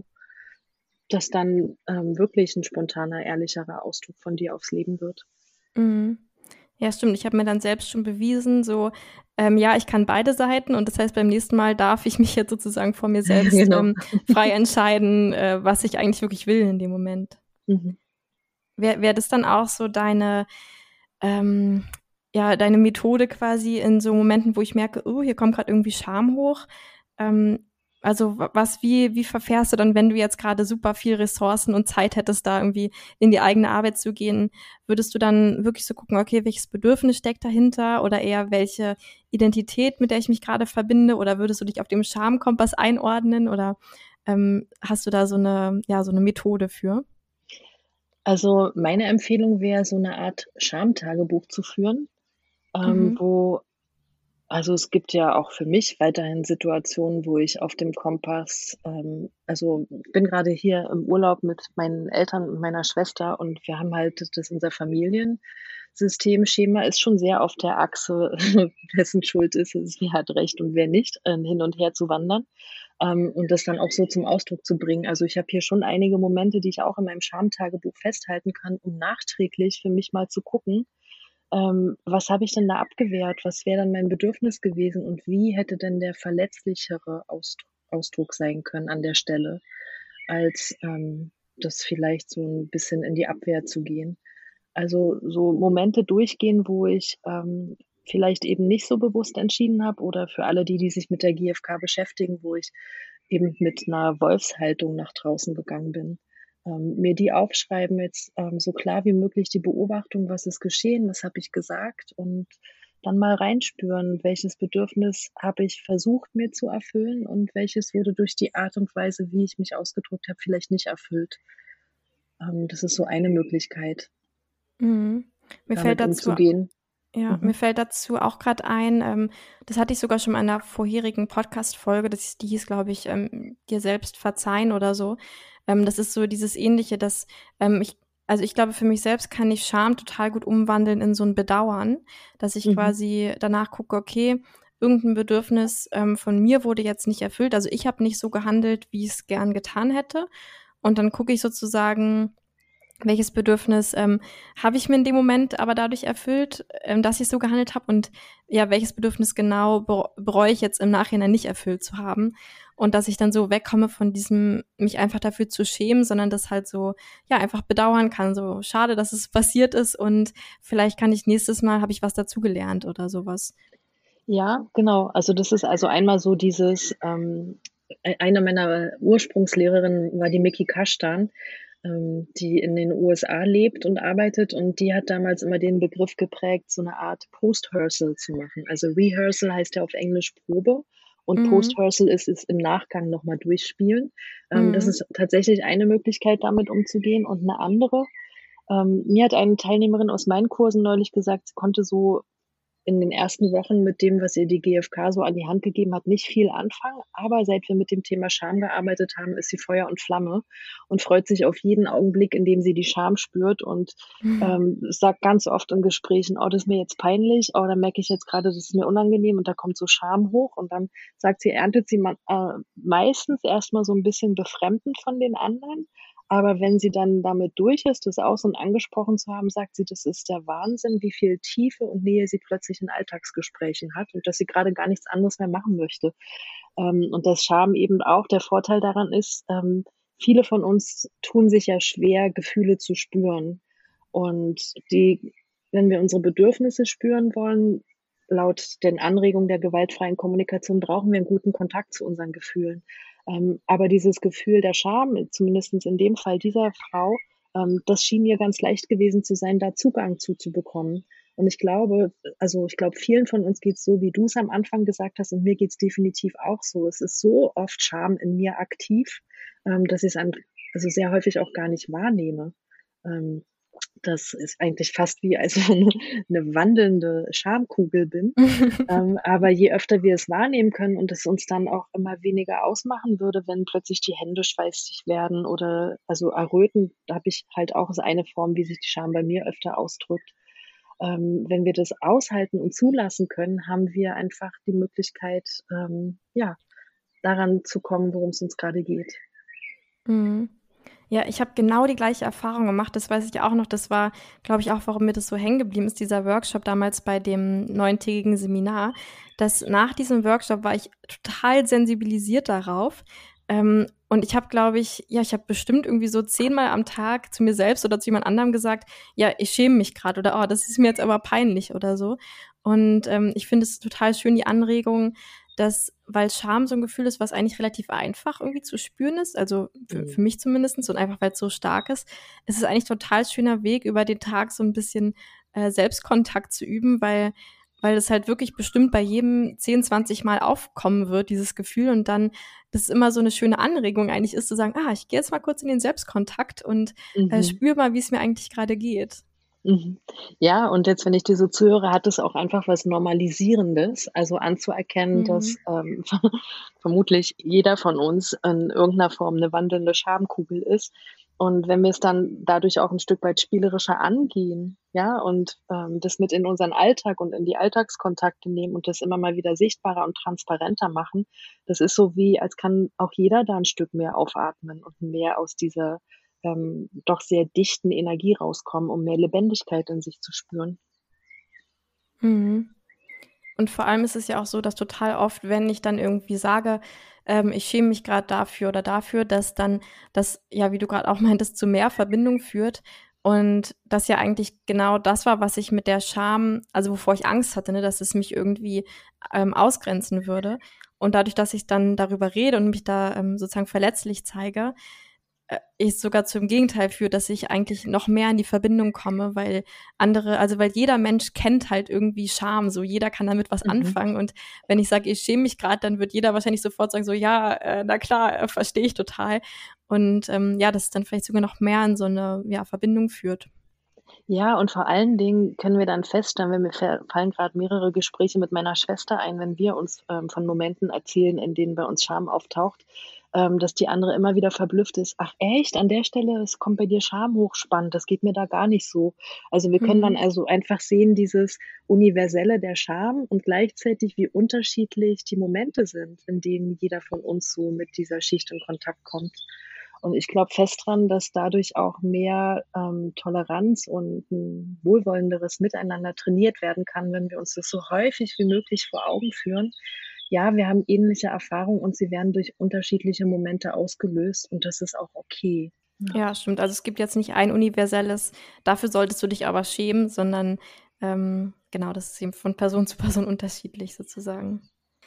das dann, ähm, wirklich 'n spontaner, ehrlicherer Ausdruck von dir aufs Leben wird. Mhm. Ja, stimmt. Ich habe mir dann selbst schon bewiesen, so, ähm, ja, ich kann beide Seiten und das heißt, beim nächsten Mal darf ich mich jetzt sozusagen vor mir Ja, selbst, genau. ähm, frei entscheiden, äh, was ich eigentlich wirklich will in dem Moment. Mhm. Wäre wäre das dann auch so deine ähm, ja, deine Methode quasi in so Momenten, wo ich merke: „Oh, hier kommt grad irgendwie Scham hoch?“ Ähm, also, wa was wie wie verfährst du dann, wenn du jetzt grade super viel Ressourcen und Zeit hättest, da irgendwie in die eigene Arbeit zu gehen? Würdest du dann wirklich so gucken: „Okay, welches Bedürfnis steckt dahinter?“ Oder eher: „Welche Identität, mit der ich mich grade verbinde?“ Oder würdest du dich auf dem Schamkompass einordnen? Oder, ähm, hast du da so 'ne ja, so 'ne Methode für? Also, meine Empfehlung wäre, so 'ne Art Schamtagebuch zu führen, ähm, Mhm. wo also, es gibt ja auch für mich weiterhin Situationen, wo ich auf dem Kompass ähm, also, ich bin grade hier im Urlaub mit meinen Eltern und meiner Schwester und wir haben halt das das unser Familiensystemschema ist schon sehr auf der Achse, wessen Schuld ist es, wer hat recht und wer nicht, ähm, hin und her zu wandern, ähm, und das dann auch so zum Ausdruck zu bringen. Also, ich habe hier schon einige Momente, die ich auch in meinem Schamtagebuch festhalten kann, um nachträglich für mich mal zu gucken, ähm, was habe ich denn da abgewehrt? Was wäre dann mein Bedürfnis gewesen und wie hätte denn der verletzlichere Ausdr Ausdruck sein können an der Stelle, als, ähm, das vielleicht so 'n bisschen in die Abwehr zu gehen. Also, so Momente durchgehen, wo ich, ähm, vielleicht eben nicht so bewusst entschieden habe oder für alle die, die sich mit der G f K beschäftigen, wo ich eben mit 'ner Wolfshaltung nach draußen gegangen bin. Ähm, mir die aufschreiben, jetzt, ähm, so klar wie möglich die Beobachtung: „Was ist geschehen? Was habe ich gesagt?“ Und dann mal reinspüren, welches Bedürfnis habe ich versucht, mir zu erfüllen und welches wurde durch die Art und Weise, wie ich mich ausgedrückt habe, vielleicht nicht erfüllt. Ähm, das ist so eine Möglichkeit Mhm. Mir fällt damit dazu umzugehen. ja, mir Mhm. fällt dazu auch grad ein, ähm, das hatte ich sogar schon mal in 'ner vorherigen Podcast-Folge, das die hieß, glaube ich, ähm, „Dir selbst verzeihen“ oder so. Ähm, das ist so dieses Ähnliche, dass, ähm, ich also, ich glaube, für mich selbst kann ich Scham total gut umwandeln in so 'n Bedauern, dass ich Mhm. quasi danach gucke: „Okay, irgend 'n Bedürfnis, ähm, von mir wurde jetzt nicht erfüllt. Also, ich habe nicht so gehandelt, wie ich's gern getan hätte.“ Und dann gucke ich sozusagen, welches Bedürfnis, ähm, habe ich mir in dem Moment aber dadurch erfüllt, ähm, dass ich so gehandelt habe und ja, welches Bedürfnis genau bere bereue ich jetzt im Nachhinein nicht erfüllt zu haben. Und dass ich dann so wegkomme von diesem mich einfach dafür zu schämen, sondern das halt so, ja, einfach bedauern kann, so: „Schade, dass es passiert ist und vielleicht kann ich nächstes Mal habe ich was dazugelernt“ oder so was. Ja, genau. Also, das ist also einmal so dieses, ähm ei eine meiner Ursprungslehrerinnen war die Miki Kashtan, ähm, die in den USA lebt und arbeitet und die hat damals immer den Begriff geprägt, so 'ne Art Post-Rehearsal zu machen. Also, Rehearsal heißt ja auf Englisch Probe und Mhm. Post-Rehearsal ist es im Nachgang noch mal durchspielen. Ähm, das Mhm. ist tatsächlich eine Möglichkeit, damit umzugehen und 'ne andere ähm, mir hat eine Teilnehmerin aus meinen Kursen neulich gesagt, sie konnte so in den ersten Wochen mit dem, was ihr die G F K so an die Hand gegeben hat, nicht viel anfangen. Aber seit wir mit dem Thema Scham gearbeitet haben, ist sie Feuer und Flamme und freut sich auf jeden Augenblick, in dem sie die Scham spürt und Mhm. ähm, sagt ganz oft in Gesprächen: „Oh, das ist mir jetzt peinlich. Oh, da merke ich jetzt gerade, das ist mir unangenehm“, und da kommt so Scham hoch und dann sagt sie, erntet sie man äh, meistens erst mal so ein bisschen befremdend von den anderen. Aber wenn sie dann damit durch ist, das aus und angesprochen zu haben, sagt sie, das ist der Wahnsinn, wie viel Tiefe und Nähe sie plötzlich in Alltagsgesprächen hat und dass sie gerade gar nichts anderes mehr machen möchte. Ähm, und dass Scham eben auch der Vorteil daran ist, ähm, viele von uns tun sich ja schwer, Gefühle zu spüren. Und die wenn wir unsere Bedürfnisse spüren wollen, laut den Anregungen der gewaltfreien Kommunikation brauchen wir einen guten Kontakt zu unseren Gefühlen. Ähm, aber dieses Gefühl der Scham, zumindestens in dem Fall dieser Frau, ähm, das schien ihr ganz leicht gewesen zu sein, da Zugang zu zu bekommen. Und ich glaube also, ich glaube, vielen von uns geht's so, wie du es am Anfang gesagt hast, und mir geht's definitiv auch so. Es ist so oft Scham in mir aktiv, ähm, dass ich's an also, sehr häufig auch gar nicht wahrnehme. Ähm, Das ist eigentlich fast wie, als wenn 'ne 'ne wandelnde Schamkugel bin. Ähm, aber je öfter wir es wahrnehmen können und es uns dann auch immer weniger ausmachen würde, wenn plötzlich die Hände schweißig werden oder also erröten, da habe ich halt auch ist eine Form, wie sich die Scham bei mir öfter ausdrückt. Ähm, wenn wir das aushalten und zulassen können, haben wir einfach die Möglichkeit, ähm, ja, daran zu kommen, worum's uns grade geht. Mhm. Ja, ich habe genau die gleiche Erfahrung gemacht. Das weiß ich auch noch. Das war, glaube ich, auch, warum mir das so hängen geblieben ist, dieser Workshop damals bei dem neuntägigen Seminar, dass nach diesem Workshop war ich total sensibilisiert darauf. Ähm, und ich habe, glaube ich ja, ich habe bestimmt irgendwie so zehnmal am Tag zu mir selbst oder zu jemand anderem gesagt: „Ja, ich schäme mich grad“ oder: „Oh, das ist mir jetzt aber peinlich“ oder so. Und, ähm, ich finde es total schön, die Anregung, dass weil Scham so 'n Gefühl ist, was eigentlich relativ einfach irgendwie zu spüren ist, also für Mhm. für mich zumindestens und einfach weil's so stark ist, ist es eigentlich total schöner Weg, über den Tag so 'n bisschen, äh, Selbstkontakt zu üben, weil weil es halt wirklich bestimmt bei jedem zehn, zwanzig Mal aufkommen wird, dieses Gefühl und dann das immer so 'ne schöne Anregung eigentlich ist zu sagen: „Ah, ich gehe jetzt mal kurz in den Selbstkontakt und, äh, Mhm. spüre mal, wie's mir eigentlich grade geht.“ Mhm. Ja, und jetzt, wenn ich dir so zuhöre, hat es auch einfach was Normalisierendes, also anzuerkennen, Mhm. dass, ähm, vermutlich jeder von uns in irgendeiner Form 'ne wandelnde Schamkugel ist. Und wenn wir es dann dadurch auch 'n Stück weit spielerischer angehen, ja, und, ähm, das mit in unseren Alltag und in die Alltagskontakte nehmen und das immer mal wieder sichtbarer und transparenter machen, das ist so wie als kann auch jeder da 'n Stück mehr aufatmen und mehr aus dieser ähm, doch sehr dichten Energie rauskommen, um mehr Lebendigkeit in sich zu spüren. Mhm. Und vor allem ist es ja auch so, dass total oft, wenn ich dann irgendwie sage, ähm, ich schäme mich grad dafür oder dafür, dass dann das, ja, wie du grad auch meintest, zu mehr Verbindung führt und das ja eigentlich genau das war, was ich mit der Scham also wovor ich Angst hatte, ne, dass es mich irgendwie, ähm, ausgrenzen würde. Und dadurch, dass ich dann darüber rede und mich da, ähm, sozusagen verletzlich zeige, äh, es sogar zum Gegenteil führt, dass ich eigentlich noch mehr in die Verbindung komme, weil andere also, weil jeder Mensch kennt halt irgendwie Scham, so jeder kann damit was Mhm. anfangen und wenn ich sage: „Ich schäme mich grad“, dann wird jeder wahrscheinlich sofort sagen so: „Ja, äh, na klar, äh, verstehe ich total.“ Und, ähm, ja, dass es dann vielleicht sogar noch mehr in so 'ne, ja, Verbindung führt. Ja, und vor allen Dingen können wir dann feststellen, wenn mir fä fallen grad mehrere Gespräche mit meiner Schwester ein, wenn wir uns, ähm, von Momenten erzählen, in denen bei uns Scham auftaucht, ähm, dass die andere immer wieder verblüfft ist: „Ach echt, an der Stelle, es kommt bei dir Scham hoch, spannend, das geht mir da gar nicht so.“ Also, wir können dann Mhm. also einfach sehen, dieses Universelle der Scham und gleichzeitig, wie unterschiedlich die Momente sind, in denen jeder von uns so mit dieser Schicht in Kontakt kommt. Und ich glaube fest dran, dass dadurch auch mehr, ähm, Toleranz und 'n wohlwollenderes Miteinander trainiert werden kann, wenn wir uns das so häufig wie möglich vor Augen führen. Ja, wir haben ähnliche Erfahrungen und sie werden durch unterschiedliche Momente ausgelöst und das ist auch okay. Ja. Ja, stimmt. Also, es gibt jetzt nicht ein universelles: „Dafür solltest du dich aber schämen“, sondern, ähm, genau, das ist eben von Person zu Person unterschiedlich sozusagen.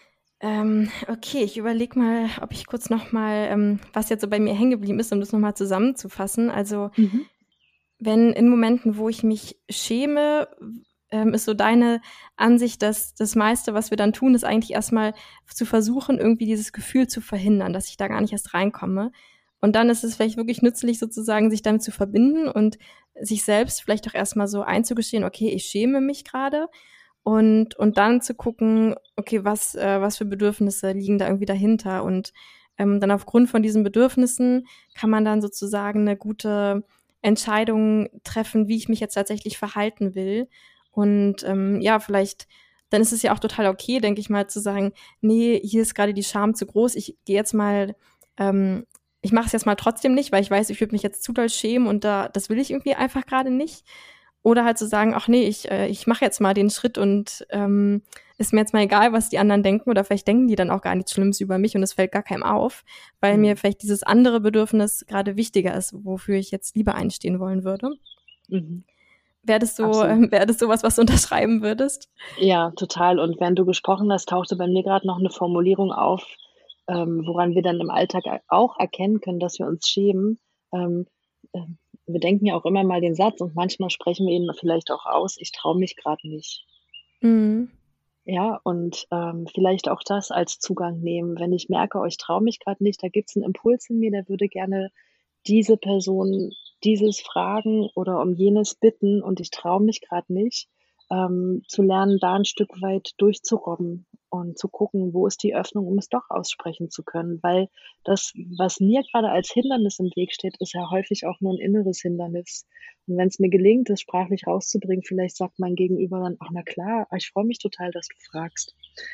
Ähm, okay, ich überlege mal, ob ich kurz noch mal, ähm, was jetzt so bei mir hängen geblieben ist, um das noch mal zusammenzufassen. Also Mhm. wenn in Momenten, wo ich mich schäme, w ähm, ist so deine Ansicht, dass das meiste, was wir dann tun, ist eigentlich erst mal zu versuchen, irgendwie dieses Gefühl zu verhindern, dass ich da gar nicht erst reinkomme. Und dann ist es vielleicht wirklich nützlich, sozusagen sich damit zu verbinden und sich selbst vielleicht auch erst mal so einzugestehen: „Okay, ich schäme mich grade.“ und, und dann zu gucken, okay, was, äh, was für Bedürfnisse liegen da irgendwie dahinter und ähm, dann aufgrund von diesen Bedürfnissen kann man dann sozusagen eine gute Entscheidung treffen, wie ich mich jetzt tatsächlich verhalten will. Und ähm, ja, vielleicht, dann ist es ja auch total okay, denke ich mal, zu sagen, nee, hier ist gerade die Scham zu groß, ich gehe jetzt mal, ähm, ich mache es jetzt mal trotzdem nicht, weil ich weiß, ich würde mich jetzt zu doll schämen und da, das will ich irgendwie einfach gerade nicht. Oder halt zu sagen, ach nee, ich, äh, ich mache jetzt mal den Schritt und ähm, ist mir jetzt mal egal, was die anderen denken oder vielleicht denken die dann auch gar nichts Schlimmes über mich und es fällt gar keinem auf, weil Mhm. mir vielleicht dieses andere Bedürfnis gerade wichtiger ist, wofür ich jetzt lieber einstehen wollen würde. Mhm. Wäre das so, Absolut. ähm, wäre das sowas, was du unterschreiben würdest? Ja, total. Und während du gesprochen hast, tauchte bei mir gerade noch eine Formulierung auf, ähm, woran wir dann im Alltag a auch erkennen können, dass wir uns schämen. Ähm, ähm, Wir denken ja auch immer mal den Satz und manchmal sprechen wir ihn vielleicht auch aus: „Ich traue mich gerade nicht." Mhm. Ja, und, ähm, vielleicht auch das als Zugang nehmen. Wenn ich merke: „Oh, ich traue mich gerade nicht, da gibt's 'n Impuls in mir, der würde gerne diese Person dieses fragen oder um jenes bitten und ich traue mich gerade nicht", ähm, zu lernen, da ein Stück weit durchzurobben und zu gucken, wo ist die Öffnung, um es doch aussprechen zu können. Weil das, was mir gerade als Hindernis im Weg steht, ist ja häufig auch nur ein inneres Hindernis. Und wenn es mir gelingt, das sprachlich rauszubringen, vielleicht sagt mein Gegenüber dann: „Ach, na klar, ah, ich freue mich total, dass du fragst."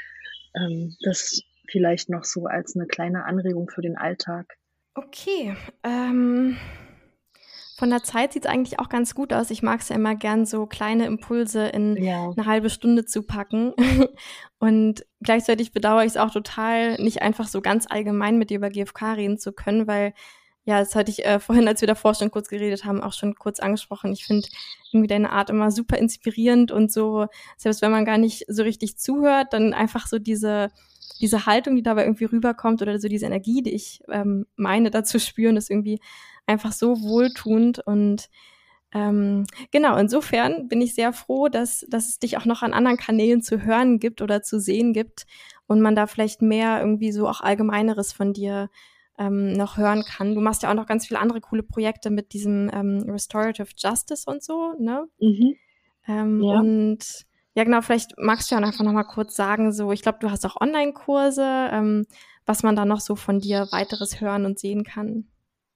Ähm, das vielleicht noch so als eine kleine Anregung für den Alltag. Okay, ähm, von der Zeit sieht's eigentlich auch ganz gut aus. Ich mag's ja immer gern, so kleine Impulse in Ja. eine halbe Stunde zu packen. Und gleichzeitig bedauere ich es auch total, nicht einfach so ganz allgemein mit dir über G F K reden zu können, weil, ja, das hatte ich, äh, vorhin, als wir davor schon kurz geredet haben, auch schon kurz angesprochen. Ich finde irgendwie deine Art immer super inspirierend und so, selbst wenn man gar nicht so richtig zuhört, dann einfach so diese diese Haltung, die dabei irgendwie rüberkommt oder so diese Energie, die ich ähm, meine, da zu spüren, ist irgendwie einfach so wohltuend und ähm, genau, insofern bin ich sehr froh, dass, dass es dich auch noch an anderen Kanälen zu hören gibt oder zu sehen gibt und man da vielleicht mehr irgendwie so auch Allgemeineres von dir ähm, noch hören kann. Du machst ja auch noch ganz viele andere coole Projekte mit diesem ähm, Restorative Justice und so, ne? Mhm. Ähm, Ja. und ja, genau, vielleicht magst du ja einfach noch mal kurz sagen, so, ich glaube, du hast auch Online-Kurse, ähm, was man da noch so von dir weiteres hören und sehen kann.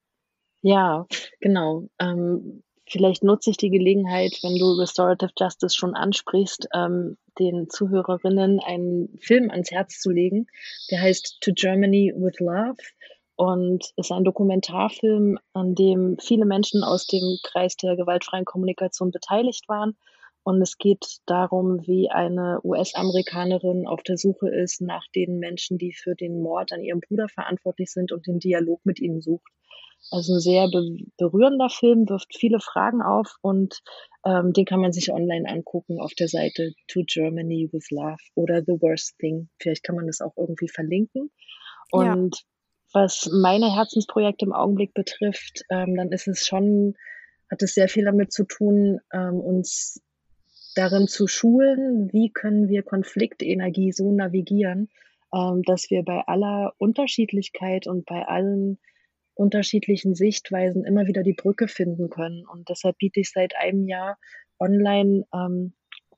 Ja, genau. Ähm, vielleicht nutze ich die Gelegenheit, wenn du Restorative Justice schon ansprichst, ähm, den Zuhörerinnen einen Film ans Herz zu legen. Der heißt „To Germany with Love" und ist ein Dokumentarfilm, an dem viele Menschen aus dem Kreis der gewaltfreien Kommunikation beteiligt waren. Und es geht darum, wie eine U S-Amerikanerin auf der Suche ist nach den Menschen, die für den Mord an ihrem Bruder verantwortlich sind und den Dialog mit ihnen sucht. Also 'n sehr be berührender Film, wirft viele Fragen auf und, ähm, den kann man sich online angucken auf der Seite „To Germany with Love" oder „The Worst Thing". Vielleicht kann man das auch irgendwie verlinken. Ja, Und was meine Herzensprojekte im Augenblick betrifft, ähm, dann ist es schon hat es sehr viel damit zu tun, ähm, uns darin zu schulen, wie können wir Konfliktenergie so navigieren, ähm, dass wir bei aller Unterschiedlichkeit und bei allen unterschiedlichen Sichtweisen immer wieder die Brücke finden können. Und deshalb biete ich seit einem Jahr online, ähm,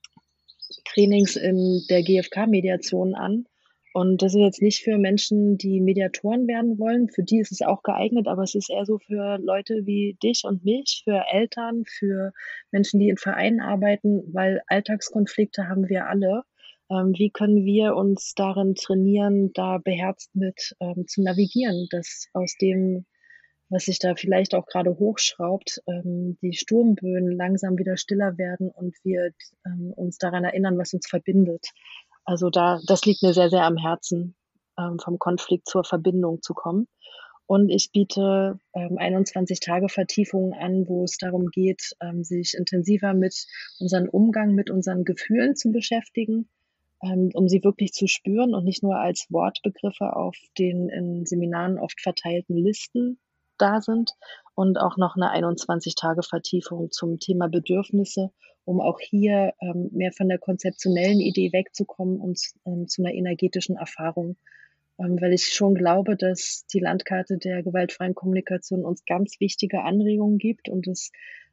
Trainings in der G F K-Mediation an. Und das ist jetzt nicht für Menschen, die Mediatoren werden wollen. Für die ist es auch geeignet, aber es ist eher so für Leute wie dich und mich, für Eltern, für Menschen, die in Vereinen arbeiten, weil Alltagskonflikte haben wir alle. Ähm, wie können wir uns darin trainieren, da beherzt mit ähm, zu navigieren, dass aus dem, was sich da vielleicht auch gerade hochschraubt, ähm, die Sturmböen langsam wieder stiller werden und wir ähm, uns daran erinnern, was uns verbindet. Also da das liegt mir sehr, sehr am Herzen, ähm, vom Konflikt zur Verbindung zu kommen. Und ich biete, ähm, einundzwanzig Tage Vertiefungen an, wo es darum geht, ähm, sich intensiver mit unseren Umgang mit unseren Gefühlen zu beschäftigen, ähm, um sie wirklich zu spüren und nicht nur als Wortbegriffe auf den in Seminaren oft verteilten Listen da sind. Und auch noch 'ne einundzwanzig Tage Vertiefung zum Thema Bedürfnisse, um auch hier, ähm, mehr von der konzeptionellen Idee wegzukommen und z ähm, zu 'ner energetischen Erfahrung. Ähm, weil ich schon glaube, dass die Landkarte der gewaltfreien Kommunikation uns ganz wichtige Anregungen gibt und es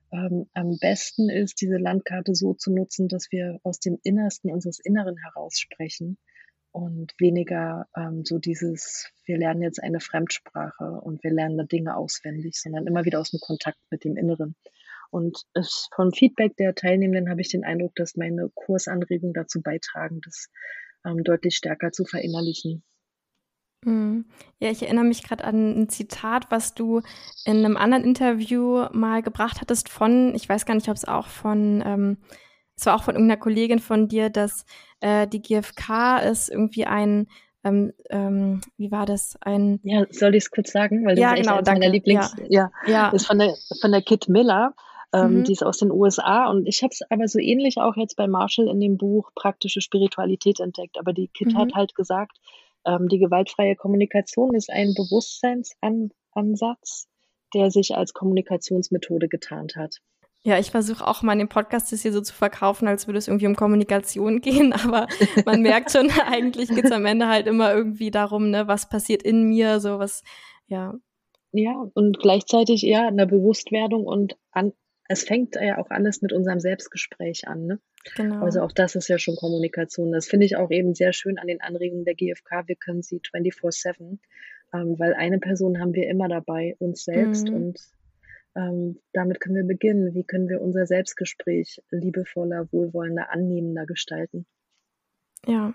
ähm, am besten ist, diese Landkarte so zu nutzen, dass wir aus dem Innersten unseres Inneren heraus sprechen und weniger ähm, so dieses, wir lernen jetzt eine Fremdsprache und wir lernen da Dinge auswendig, sondern immer wieder aus dem Kontakt mit dem Inneren. Und es, vom Feedback der Teilnehmenden habe ich den Eindruck, dass meine Kursanregungen dazu beitragen, das ähm, deutlich stärker zu verinnerlichen. Mhm. Ja, ich erinnere mich gerade an ein Zitat, was du in einem anderen Interview mal gebracht hattest von, ich weiß gar nicht, ob es auch von, ähm, es war auch von irgendeiner Kollegin von dir, dass äh, die G F K ist irgendwie ein, ähm, ähm, wie war das, ein, Ja, soll ich es kurz sagen? Weil das ja, ist echt genau, eins meiner danke, Lieblings, ja, ja, ja, ist von der, von der Kit Miller. Ähm, mhm, die ist aus den U S A und ich habe es aber so ähnlich auch jetzt bei Marshall in dem Buch Praktische Spiritualität entdeckt. Aber die Kit mhm. hat halt gesagt, ähm, die gewaltfreie Kommunikation ist ein Bewusstseinsansatz, der sich als Kommunikationsmethode getarnt hat. Ja, ich versuche auch mal in dem Podcast das hier so zu verkaufen, als würde es irgendwie um Kommunikation gehen, aber man merkt schon, eigentlich geht's am Ende halt immer irgendwie darum, ne, was passiert in mir, so was, ja, Ja, und gleichzeitig ja, 'ne Bewusstwerdung und an es fängt ja auch alles mit unserem Selbstgespräch an, ne? Also, genau. auch das ist ja schon Kommunikation. Das finde ich auch eben sehr schön an den Anregungen der G F K. Wir können sie vierundzwanzig sieben, ähm, weil eine Person haben wir immer dabei, uns selbst Mhm. und, ähm, damit können wir beginnen. Wie können wir unser Selbstgespräch liebevoller, wohlwollender, annehmender gestalten? Ja,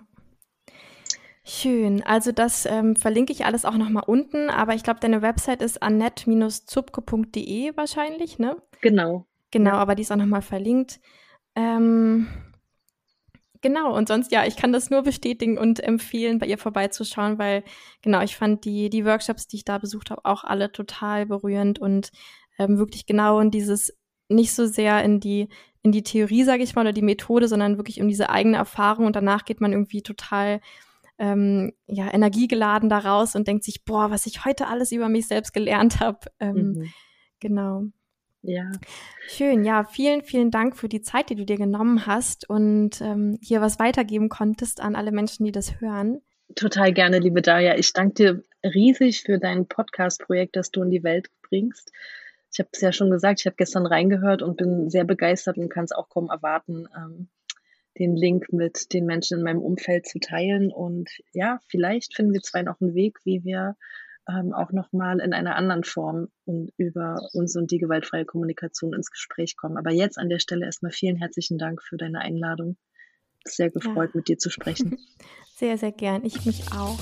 schön. Also das ähm, verlinke ich alles auch nochmal unten, aber ich glaube, deine Website ist annette zupke punkt de wahrscheinlich, ne? Genau, Genau, ja. aber die ist auch nochmal verlinkt. Ähm, genau, und sonst, ja, ich kann das nur bestätigen und empfehlen, bei ihr vorbeizuschauen, weil, genau, ich fand die, die Workshops, die ich da besucht habe, auch alle total berührend und ähm, wirklich genau in dieses, nicht so sehr in die, in die Theorie, sage ich mal, oder die Methode, sondern wirklich um diese eigene Erfahrung und danach geht man irgendwie total ähm, ja, energiegeladen da raus und denkt sich, boah, was ich heute alles über mich selbst gelernt habe. Ähm, Mhm. genau. Ja. Schön, ja, vielen, vielen Dank für die Zeit, die du dir genommen hast und ähm, hier was weitergeben konntest an alle Menschen, die das hören. Total gerne, liebe Daria. Ich danke dir riesig für dein Podcast-Projekt, das du in die Welt bringst. Ich habe es ja schon gesagt, ich habe gestern reingehört und bin sehr begeistert und kann es auch kaum erwarten, ähm, den Link mit den Menschen in meinem Umfeld zu teilen. Und ja, vielleicht finden wir zwei noch einen Weg, wie wir ähm, auch nochmal in einer anderen Form und über uns und die gewaltfreie Kommunikation ins Gespräch kommen. Aber jetzt an der Stelle erstmal vielen herzlichen Dank für deine Einladung. Sehr Ja, gefreut, mit dir zu sprechen. sehr, sehr gern. Ich mich auch.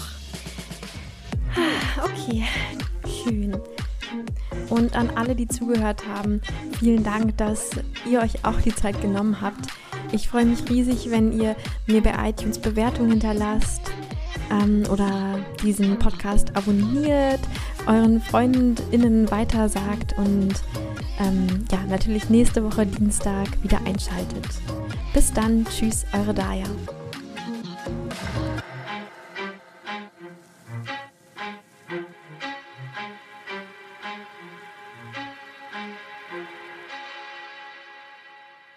Okay, schön. Und an alle, die zugehört haben, vielen Dank, dass ihr euch auch die Zeit genommen habt. Ich freue mich riesig, wenn ihr mir bei iTunes Bewertungen hinterlasst ähm, oder diesen Podcast abonniert, euren FreundInnen weitersagt und ähm, ja, natürlich nächste Woche Dienstag wieder einschaltet. Bis dann, tschüss, eure Daria.